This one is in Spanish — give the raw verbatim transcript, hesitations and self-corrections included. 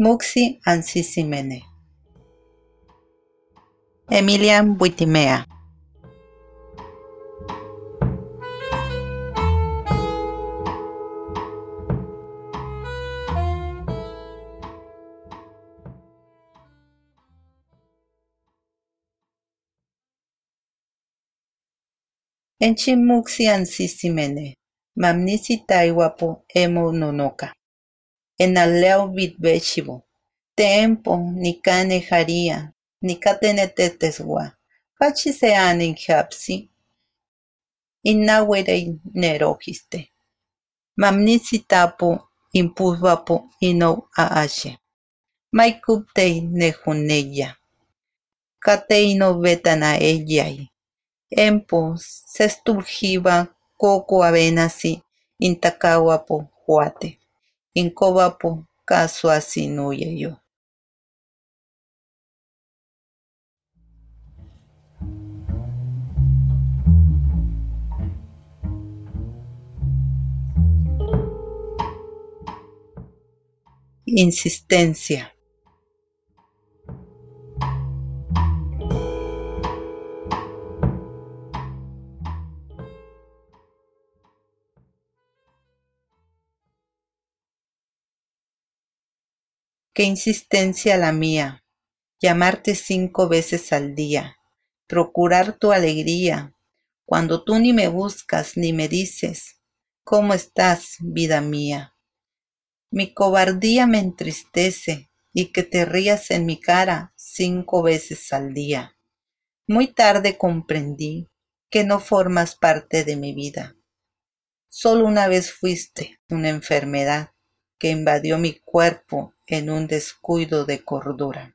Muxi Ansisimene. Emilian Buitimea. Enchi Muxi Ansisimene. Mamnisi Taiwapo Emo Nonoka. Enaleo Bitbechivo. Tempo Nikane Haria. Nikatene Teteswa. Pachi seanin Japsi. Inawere Nerojiste. Mamnisi Tapo Impulvapo Ino Aashe. Maikuptei Nejuneya. Kateino Betana Eyai. Empo Sesturjiva Coco Avenasi Intakawapo Huate. Incobapo Caso Asinuyeyo. Insistencia. Qué insistencia la mía, llamarte cinco veces al día, procurar tu alegría, cuando tú ni me buscas ni me dices, ¿cómo estás, vida mía? Mi cobardía me entristece y que te rías en mi cara cinco veces al día. Muy tarde comprendí que no formas parte de mi vida. Solo una vez fuiste una enfermedad que invadió mi cuerpo en un descuido de cordura.